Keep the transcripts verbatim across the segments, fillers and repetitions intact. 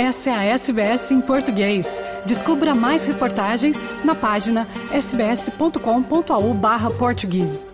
Essa é a S B S em português. Descubra mais reportagens na página sbs ponto com ponto a u barra português.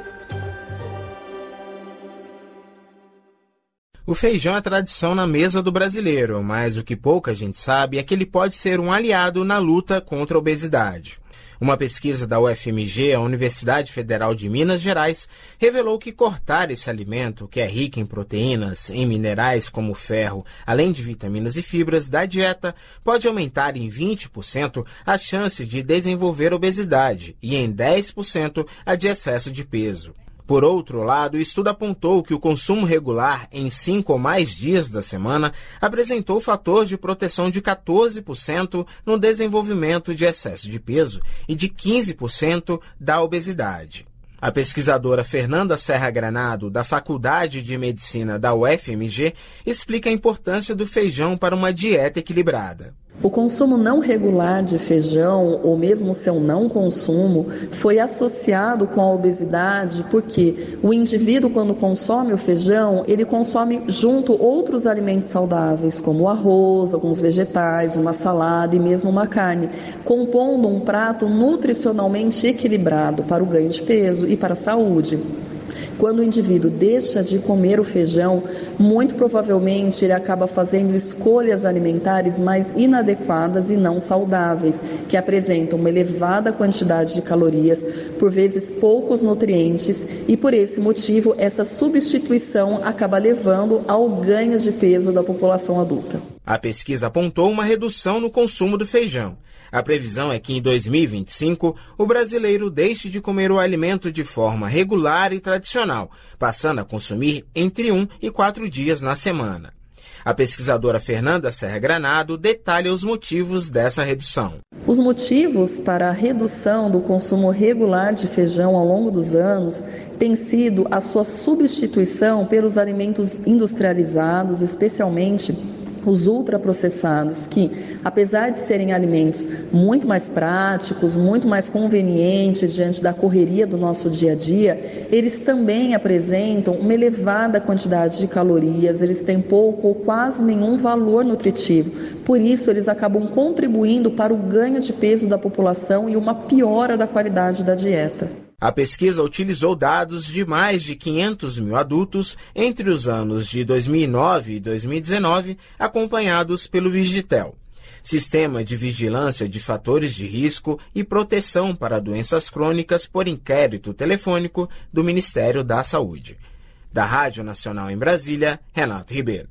O feijão é tradição na mesa do brasileiro, mas o que pouca gente sabe é que ele pode ser um aliado na luta contra a obesidade. Uma pesquisa da U F M G, a Universidade Federal de Minas Gerais, revelou que cortar esse alimento, que é rico em proteínas, em minerais como ferro, além de vitaminas e fibras da dieta, pode aumentar em vinte por cento a chance de desenvolver obesidade e em dez por cento a de excesso de peso. Por outro lado, o estudo apontou que o consumo regular em cinco ou mais dias da semana apresentou fator de proteção de quatorze por cento no desenvolvimento de excesso de peso e de quinze por cento da obesidade. A pesquisadora Fernanda Serra Granado, da Faculdade de Medicina da U F M G, explica a importância do feijão para uma dieta equilibrada. O consumo não regular de feijão, ou mesmo seu não consumo, foi associado com a obesidade porque o indivíduo, quando consome o feijão, ele consome junto outros alimentos saudáveis, como o arroz, alguns vegetais, uma salada e mesmo uma carne, compondo um prato nutricionalmente equilibrado para o ganho de peso e para a saúde. Quando o indivíduo deixa de comer o feijão, muito provavelmente ele acaba fazendo escolhas alimentares mais inadequadas e não saudáveis, que apresentam uma elevada quantidade de calorias, por vezes poucos nutrientes, e por esse motivo essa substituição acaba levando ao ganho de peso da população adulta. A pesquisa apontou uma redução no consumo do feijão. A previsão é que em dois mil e vinte e cinco o brasileiro deixe de comer o alimento de forma regular e tradicional, passando a consumir entre um e quatro dias na semana. A pesquisadora Fernanda Serra Granado detalha os motivos dessa redução. Os motivos para a redução do consumo regular de feijão ao longo dos anos tem sido a sua substituição pelos alimentos industrializados, especialmente os ultraprocessados, que, apesar de serem alimentos muito mais práticos, muito mais convenientes diante da correria do nosso dia a dia, eles também apresentam uma elevada quantidade de calorias, eles têm pouco ou quase nenhum valor nutritivo. Por isso, eles acabam contribuindo para o ganho de peso da população e uma piora da qualidade da dieta. A pesquisa utilizou dados de mais de quinhentos mil adultos entre os anos de dois mil e nove e dois mil e dezenove, acompanhados pelo Vigitel, Sistema de Vigilância de Fatores de Risco e Proteção para Doenças Crônicas por Inquérito Telefônico do Ministério da Saúde. Da Rádio Nacional em Brasília, Renato Ribeiro.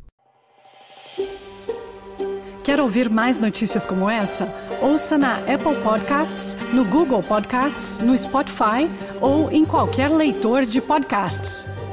Quer ouvir mais notícias como essa? Ouça na Apple Podcasts, no Google Podcasts, no Spotify ou em qualquer leitor de podcasts.